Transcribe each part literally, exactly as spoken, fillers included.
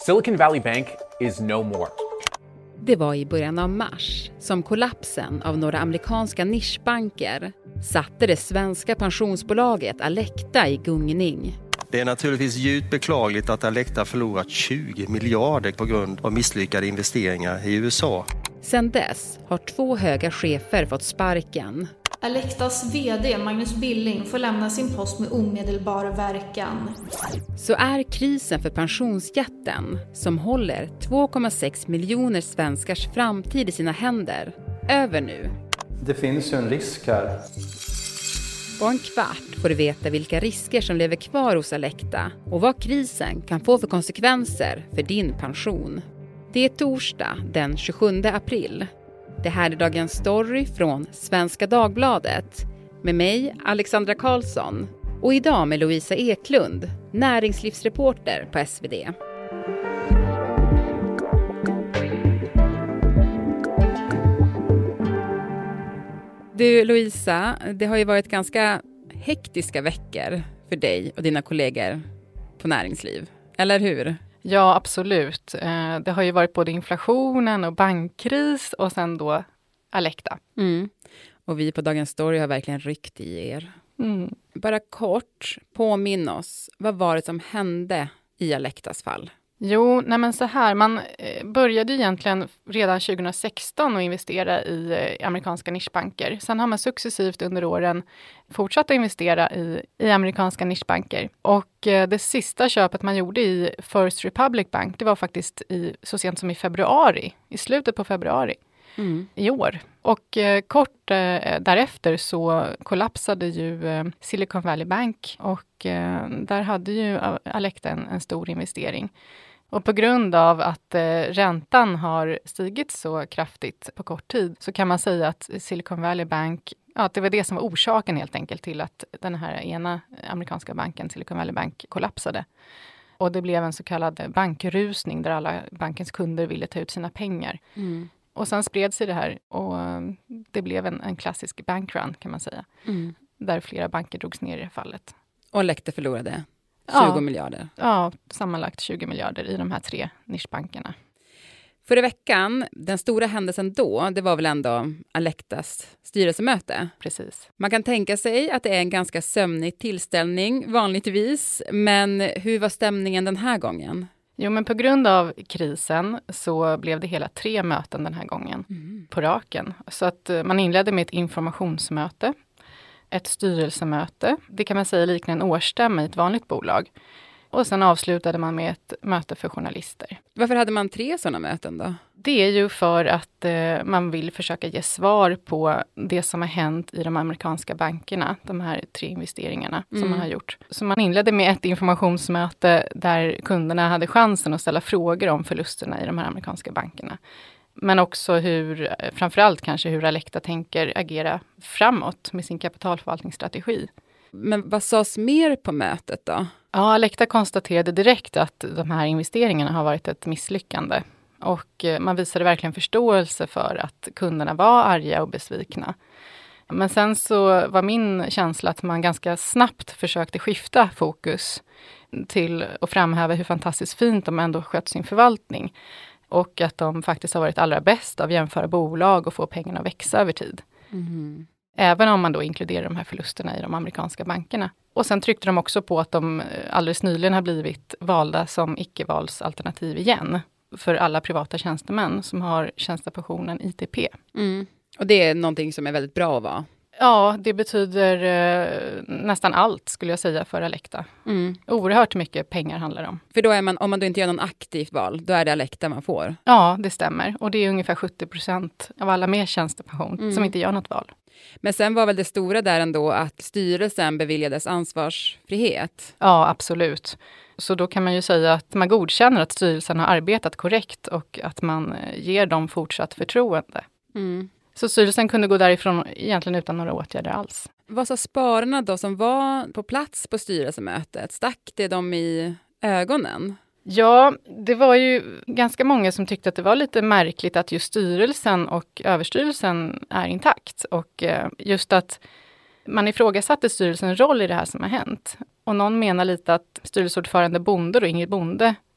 Silicon Valley Bank is no more. Det var i början av mars som kollapsen av några amerikanska nischbanker satte det svenska pensionsbolaget Alecta i gungning. Det är naturligtvis djupt beklagligt att Alecta förlorat tjugo miljarder på grund av misslyckade investeringar i U S A. Sedan dess har två höga chefer fått sparken. Alectas vd Magnus Billing får lämna sin post med omedelbar verkan. Så är krisen för pensionsjätten, som håller två komma sex miljoner svenskars framtid i sina händer, över nu. Det finns ju en risk här. På en kvart får du veta vilka risker som lever kvar hos Alecta och vad krisen kan få för konsekvenser för din pension. Det är torsdag den tjugosjunde april. Det här är dagens story från Svenska Dagbladet med mig, Alexandra Karlsson, och idag med Lovisa Eklund, näringslivsreporter på S V D. Du Lovisa, det har ju varit ganska hektiska veckor för dig och dina kollegor på näringsliv, eller hur? Ja, absolut. Det har ju varit både inflationen och bankkris och sen då Alecta. Mm. Och vi på Dagens Story har verkligen ryckt i er. Mm. Bara kort, påminn oss. Vad var det som hände i Alectas fall? Jo, nej men så här. Man började egentligen redan tjugohundrasexton att investera i amerikanska nischbanker. Sen har man successivt under åren fortsatt att investera i, i amerikanska nischbanker. Och eh, det sista köpet man gjorde i First Republic Bank, det var faktiskt i, så sent som i februari, i slutet på februari mm. i år. Och eh, kort eh, därefter så kollapsade ju eh, Silicon Valley Bank och eh, där hade ju Alecta en, en stor investering. Och på grund av att eh, räntan har stigit så kraftigt på kort tid så kan man säga att Silicon Valley Bank, ja, det var det som var orsaken helt enkelt till att den här ena amerikanska banken, Silicon Valley Bank, kollapsade. Och det blev en så kallad bankrusning där alla bankens kunder ville ta ut sina pengar. Mm. Och sen spred sig det här och det blev en, en klassisk bankrun kan man säga. Mm. Där flera banker drogs ner i det fallet. Och Alecta förlorade tjugo ja, miljarder. Ja, sammanlagt tjugo miljarder i de här tre nischbankerna. Förra veckan, den stora händelsen då, det var väl ändå Alectas styrelsemöte. Precis. Man kan tänka sig att det är en ganska sömnig tillställning vanligtvis. Men hur var stämningen den här gången? Jo, men på grund av krisen så blev det hela tre möten den här gången mm. på raken. Så att man inledde med ett informationsmöte, ett styrelsemöte. Det kan man säga liknar en årsstämma i ett vanligt bolag. Och sen avslutade man med ett möte för journalister. Varför hade man tre sådana möten då? Det är ju för att eh, man vill försöka ge svar på det som har hänt i de amerikanska bankerna. De här tre investeringarna mm. som man har gjort. Så man inledde med ett informationsmöte där kunderna hade chansen att ställa frågor om förlusterna i de här amerikanska bankerna. Men också hur, framförallt kanske hur Alecta tänker agera framåt med sin kapitalförvaltningsstrategi. Men vad sades mer på mötet då? Ja, Alecta konstaterade direkt att de här investeringarna har varit ett misslyckande. Och man visade verkligen förståelse för att kunderna var arga och besvikna. Men sen så var min känsla att man ganska snabbt försökte skifta fokus till att framhäva hur fantastiskt fint de ändå skött sin förvaltning. Och att de faktiskt har varit allra bäst av att jämföra bolag och få pengarna att växa över tid. Mm. Även om man då inkluderar de här förlusterna i de amerikanska bankerna. Och sen tryckte de också på att de alldeles nyligen har blivit valda som icke-valsalternativ igen. För alla privata tjänstemän som har tjänstepensionen I T P. Mm. Och det är någonting som är väldigt bra att vara. Ja, det betyder eh, nästan allt skulle jag säga för Alecta. Mm. Oerhört mycket pengar handlar det om. För då är man, om man då inte gör någon aktivt val, då är det Alecta man får? Ja, det stämmer. Och det är ungefär sjuttio procent av alla med tjänstepension mm. som inte gör något val. Men sen var väl det stora där ändå att styrelsen beviljades ansvarsfrihet? Ja, absolut. Så då kan man ju säga att man godkänner att styrelsen har arbetat korrekt och att man ger dem fortsatt förtroende. Mm. Så styrelsen kunde gå därifrån egentligen utan några åtgärder alls. Vad sa spararna då som var på plats på styrelsemötet? Stack det dem i ögonen? Ja, det var ju ganska många som tyckte att det var lite märkligt att just styrelsen och överstyrelsen är intakt. Och just att man ifrågasatte styrelsens roll i det här som har hänt. Och någon menar lite att styrelseordförande Bonde och Ingrid Bonde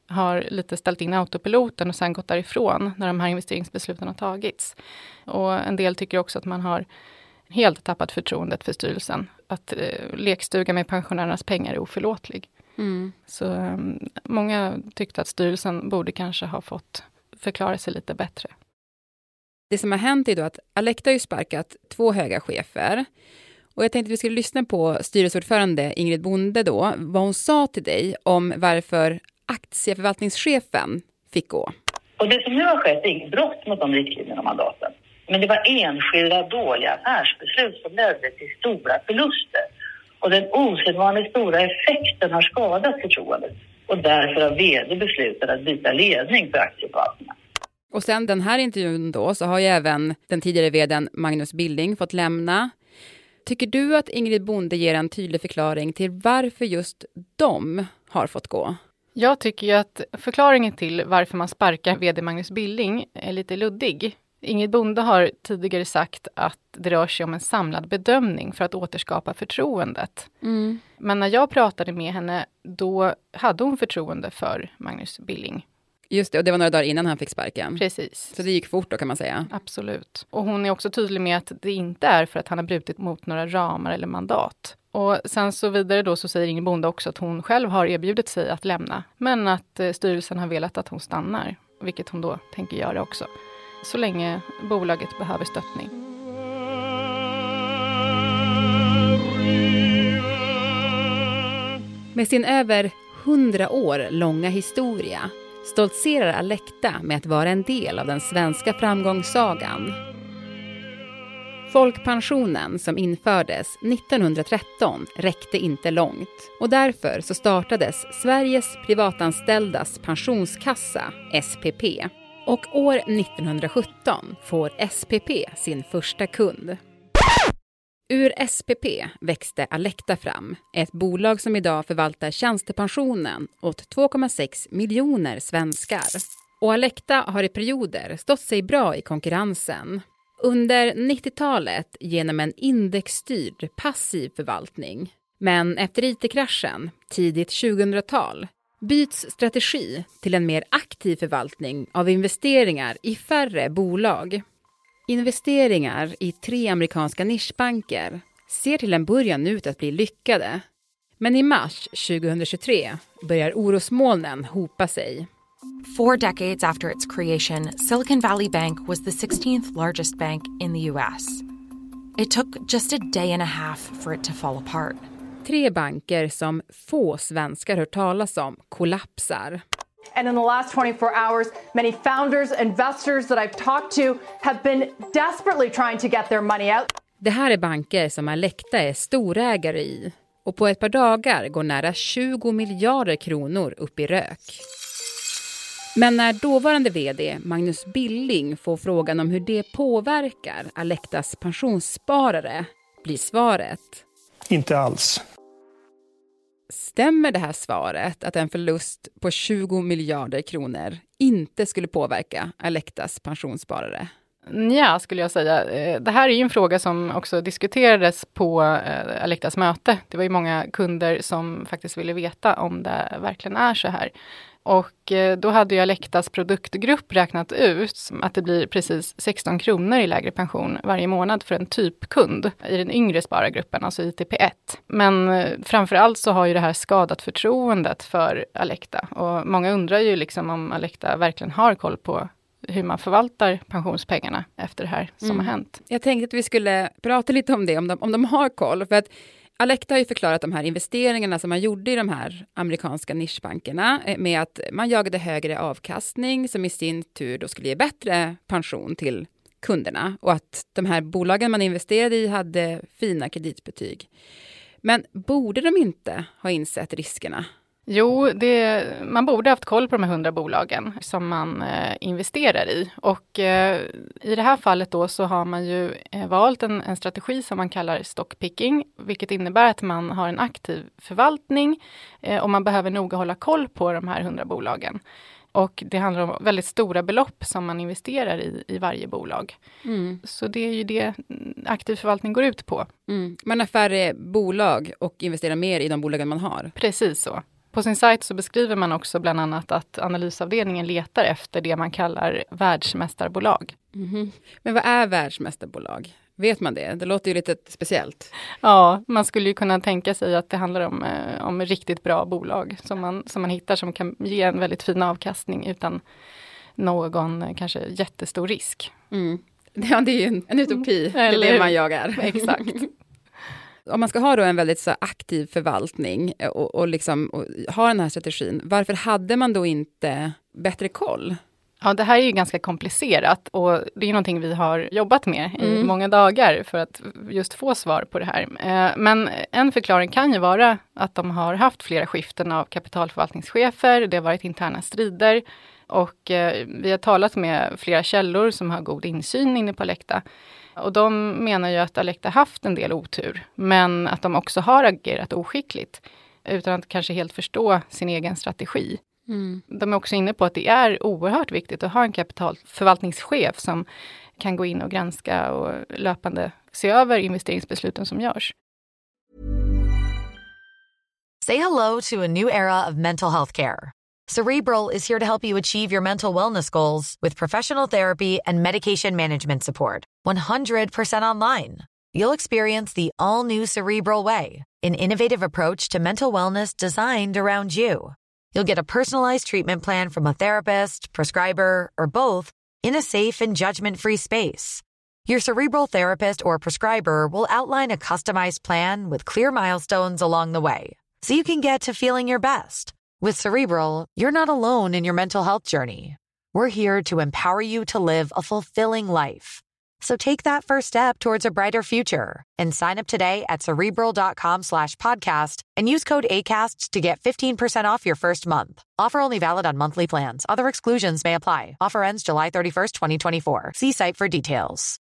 har lite ställt in autopiloten och sen gått därifrån när de här investeringsbesluten har tagits. Och en del tycker också att man har helt tappat förtroendet för styrelsen. Att eh, lekstuga med pensionärernas pengar är oförlåtlig. Mm. Så um, många tyckte att styrelsen borde kanske ha fått förklara sig lite bättre. Det som har hänt är då att Alecta har ju sparkat två höga chefer. Och jag tänkte att vi skulle lyssna på styrelseordförande Ingrid Bonde då. Vad hon sa till dig om varför aktieförvaltningschefen fick gå. Och det som nu har skett är inget brott mot de riktlinjerna och mandaten. Men det var enskilda dåliga affärsbeslut som ledde till stora förluster. Och den osedvanligt stora effekten har skadat förtroendet. Och därför har vd beslutat att byta ledning för aktieförvaltningen. Och sen den här intervjun då så har ju även den tidigare vdn Magnus Billing fått lämna. Tycker du att Ingrid Bonde ger en tydlig förklaring till varför just de har fått gå? Jag tycker ju att förklaringen till varför man sparkar vd Magnus Billing är lite luddig. Ingrid Bonde har tidigare sagt att det rör sig om en samlad bedömning för att återskapa förtroendet. Mm. Men när jag pratade med henne, då hade hon förtroende för Magnus Billing. Just det, och det var några dagar innan han fick sparken. Precis. Så det gick fort då kan man säga. Absolut. Och hon är också tydlig med att det inte är för att han har brutit mot några ramar eller mandat. Och sen så vidare då så säger Ingrid Bonde också att hon själv har erbjudit sig att lämna. Men att eh, styrelsen har velat att hon stannar, vilket hon då tänker göra också. Så länge bolaget behöver stöttning. Med sin över hundra år långa historia stoltserar Alecta med att vara en del av den svenska framgångssagan. Folkpensionen som infördes nittonhundratretton räckte inte långt och därför så startades Sveriges privatanställdas pensionskassa, S P P. Och år nittonhundrasjutton får S P P sin första kund. Ur S P P växte Alecta fram, ett bolag som idag förvaltar tjänstepensionen åt två komma sex miljoner svenskar. Och Alecta har i perioder stått sig bra i konkurrensen. Under nittiotalet genom en indexstyrd passiv förvaltning. Men efter I T-kraschen, tidigt tjugohundratal, byts strategi till en mer aktiv förvaltning av investeringar i färre bolag. Investeringar i tre amerikanska nischbanker ser till en början ut att bli lyckade. Men i mars tjugohundratjugotre börjar orosmolnen hopa sig. Four decades after its creation, Silicon Valley Bank was the sixteenth largest bank in the U S. It took just a day and a half for it to fall apart. Tre banker som få svenskar hört talas om kollapsar. And in the last twenty-four hours, many founders, investors that I've talked to have been desperately trying to get their money out. Det här är banker som Alecta är storägare i. Och på ett par dagar går nära tjugo miljarder kronor upp i rök. Men när dåvarande vd Magnus Billing får frågan om hur det påverkar Alectas pensionssparare blir svaret: Inte alls. Stämmer det här svaret att en förlust på tjugo miljarder kronor inte skulle påverka Alectas pensionssparare? Ja, skulle jag säga. Det här är ju en fråga som också diskuterades på Alectas möte. Det var ju många kunder som faktiskt ville veta om det verkligen är så här. Och då hade ju Alectas produktgrupp räknat ut att det blir precis sexton kronor i lägre pension varje månad för en typkund i den yngre sparargruppen, alltså I T P ett. Men framförallt så har ju det här skadat förtroendet för Alecta. Och många undrar ju liksom om Alecta verkligen har koll på hur man förvaltar pensionspengarna efter det här som mm. har hänt. Jag tänkte att vi skulle prata lite om det, om de, om de har koll. För att Alecta har ju förklarat de här investeringarna som man gjorde i de här amerikanska nischbankerna med att man jagade högre avkastning som i sin tur då skulle ge bättre pension till kunderna och att de här bolagen man investerade i hade fina kreditbetyg. Men borde de inte ha insett riskerna? Jo, det, man borde haft koll på de här hundra bolagen som man eh, investerar i. Och eh, i det här fallet då så har man ju eh, valt en, en strategi som man kallar stockpicking. Vilket innebär att man har en aktiv förvaltning eh, och man behöver noga hålla koll på de här hundra bolagen. Och det handlar om väldigt stora belopp som man investerar i, i varje bolag. Mm. Så det är ju det aktiv förvaltning går ut på. Mm. Man har färre bolag och investerar mer i de bolagen man har. Precis så. På sin sajt så beskriver man också bland annat att analysavdelningen letar efter det man kallar världsmästarbolag. Mm-hmm. Men vad är världsmästarbolag? Vet man det? Det låter ju lite speciellt. Ja, man skulle ju kunna tänka sig att det handlar om, eh, om riktigt bra bolag som man, som man hittar som kan ge en väldigt fin avkastning utan någon eh, kanske jättestor risk. Mm. Ja, det är ju en, en utopi, det är det man jagar. Exakt. Om man ska ha då en väldigt så aktiv förvaltning och, och, liksom, och ha den här strategin, varför hade man då inte bättre koll? Ja, det här är ju ganska komplicerat och det är någonting vi har jobbat med i mm. många dagar för att just få svar på det här. Men en förklaring kan ju vara att de har haft flera skiften av kapitalförvaltningschefer, det har varit interna strider och vi har talat med flera källor som har god insyn inne på Alecta. Och de menar ju att Alecta haft en del otur, men att de också har agerat oskickligt utan att kanske helt förstå sin egen strategi. Mm. De är också inne på att det är oerhört viktigt att ha en kapitalförvaltningschef som kan gå in och granska och löpande se över investeringsbesluten som görs. Say hello to a new era of mental health care. Cerebral is here to help you achieve your mental wellness goals with professional therapy and medication management support. one hundred percent online. You'll experience the all-new Cerebral way, an innovative approach to mental wellness designed around you. You'll get a personalized treatment plan from a therapist, prescriber, or both in a safe and judgment-free space. Your Cerebral therapist or prescriber will outline a customized plan with clear milestones along the way, so you can get to feeling your best. With Cerebral, you're not alone in your mental health journey. We're here to empower you to live a fulfilling life. So take that first step towards a brighter future and sign up today at Cerebral.com slash podcast and use code ACAST to get fifteen percent off your first month. Offer only valid on monthly plans. Other exclusions may apply. Offer ends July thirty-first, twenty twenty-four. See site for details.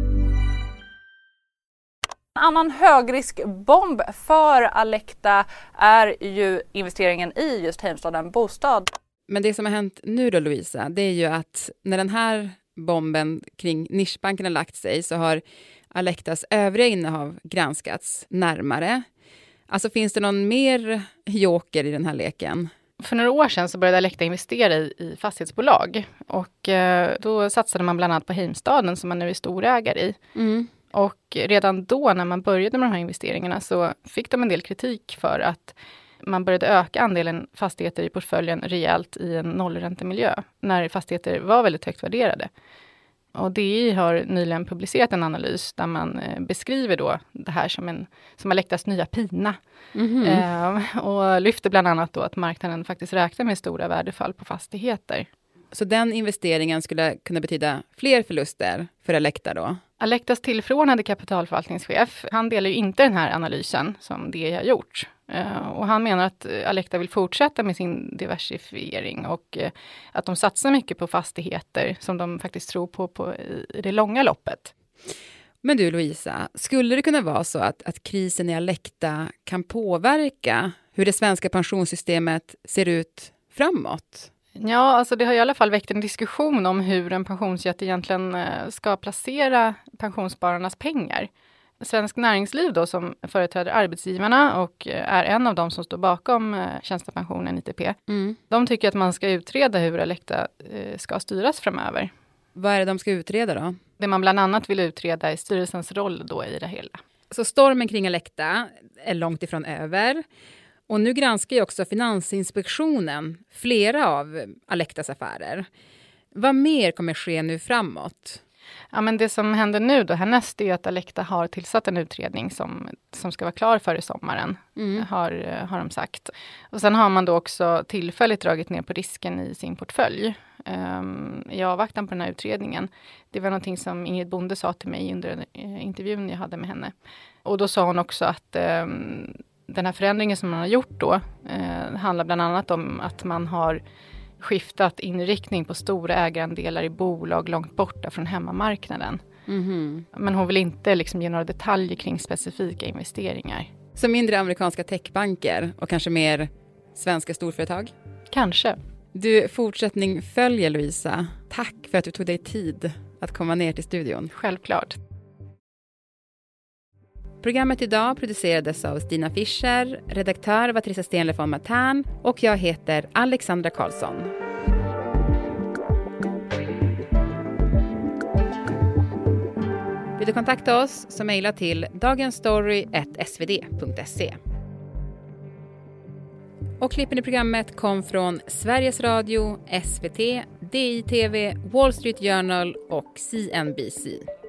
En annan högriskbomb för Alecta är ju investeringen i just Heimstaden Bostad. Men det som har hänt nu då, Louisa, det är ju att när den här bomben kring nischbanken har lagt sig så har Alectas övriga innehav granskats närmare. Alltså finns det någon mer joker i den här leken? För några år sedan så började Alecta investera i, i fastighetsbolag och eh, då satsade man bland annat på Heimstaden som man nu är storägare i. Mm. Och redan då när man började med de här investeringarna så fick de en del kritik för att man började öka andelen fastigheter i portföljen rejält i en nollräntemiljö när fastigheter var väldigt högt värderade. Och D I har nyligen publicerat en analys där man beskriver då det här som, en, som Alectas nya pina. Mm-hmm. Eh, och lyfter bland annat då att marknaden faktiskt räknar med stora värdefall på fastigheter. Så den investeringen skulle kunna betyda fler förluster för Alecta då? Alectas tillförordnade kapitalförvaltningschef, han delar ju inte den här analysen som D I har gjort. Uh, och han menar att Alecta vill fortsätta med sin diversifiering och uh, att de satsar mycket på fastigheter som de faktiskt tror på, på i, i det långa loppet. Men du Louisa, skulle det kunna vara så att, att krisen i Alecta kan påverka hur det svenska pensionssystemet ser ut framåt? Ja, alltså det har i alla fall väckt en diskussion om hur en pensionsjätte egentligen ska placera pensionsspararnas pengar. Svensk Näringsliv då som företräder arbetsgivarna och är en av dem som står bakom tjänstepensionen I T P. Mm. De tycker att man ska utreda hur Alecta ska styras framöver. Vad är det de ska utreda då? Det man bland annat vill utreda är styrelsens roll då i det hela. Så stormen kring Alecta är långt ifrån över. Och nu granskar ju också Finansinspektionen flera av Alectas affärer. Vad mer kommer ske nu framåt? Ja, men det som händer nu då härnäst är att Alecta har tillsatt en utredning som, som ska vara klar före sommaren, mm. har, har de sagt. Och sen har man då också tillfälligt dragit ner på risken i sin portfölj um, i avvaktan på den här utredningen. Det var någonting som Ingrid Bonde sa till mig under en intervjun jag hade med henne. Och då sa hon också att um, den här förändringen som man har gjort då eh, handlar bland annat om att man har skiftat inriktning på stora ägarandelar i bolag långt borta från hemmamarknaden. Mm-hmm. Men hon vill inte liksom ge några detaljer kring specifika investeringar. Som mindre amerikanska techbanker och kanske mer svenska storföretag? Kanske. Du, fortsättning följer Louisa. Tack för att du tog dig tid att komma ner till studion. Självklart. Programmet idag producerades av Stina Fischer, redaktör var Trissa Stenle von Matern och jag heter Alexandra Karlsson. Vill du kontakta oss så mejla till dagensstory at s v d punkt se. Och klippen i programmet kom från Sveriges Radio, S V T, D I T V, Wall Street Journal och C N B C.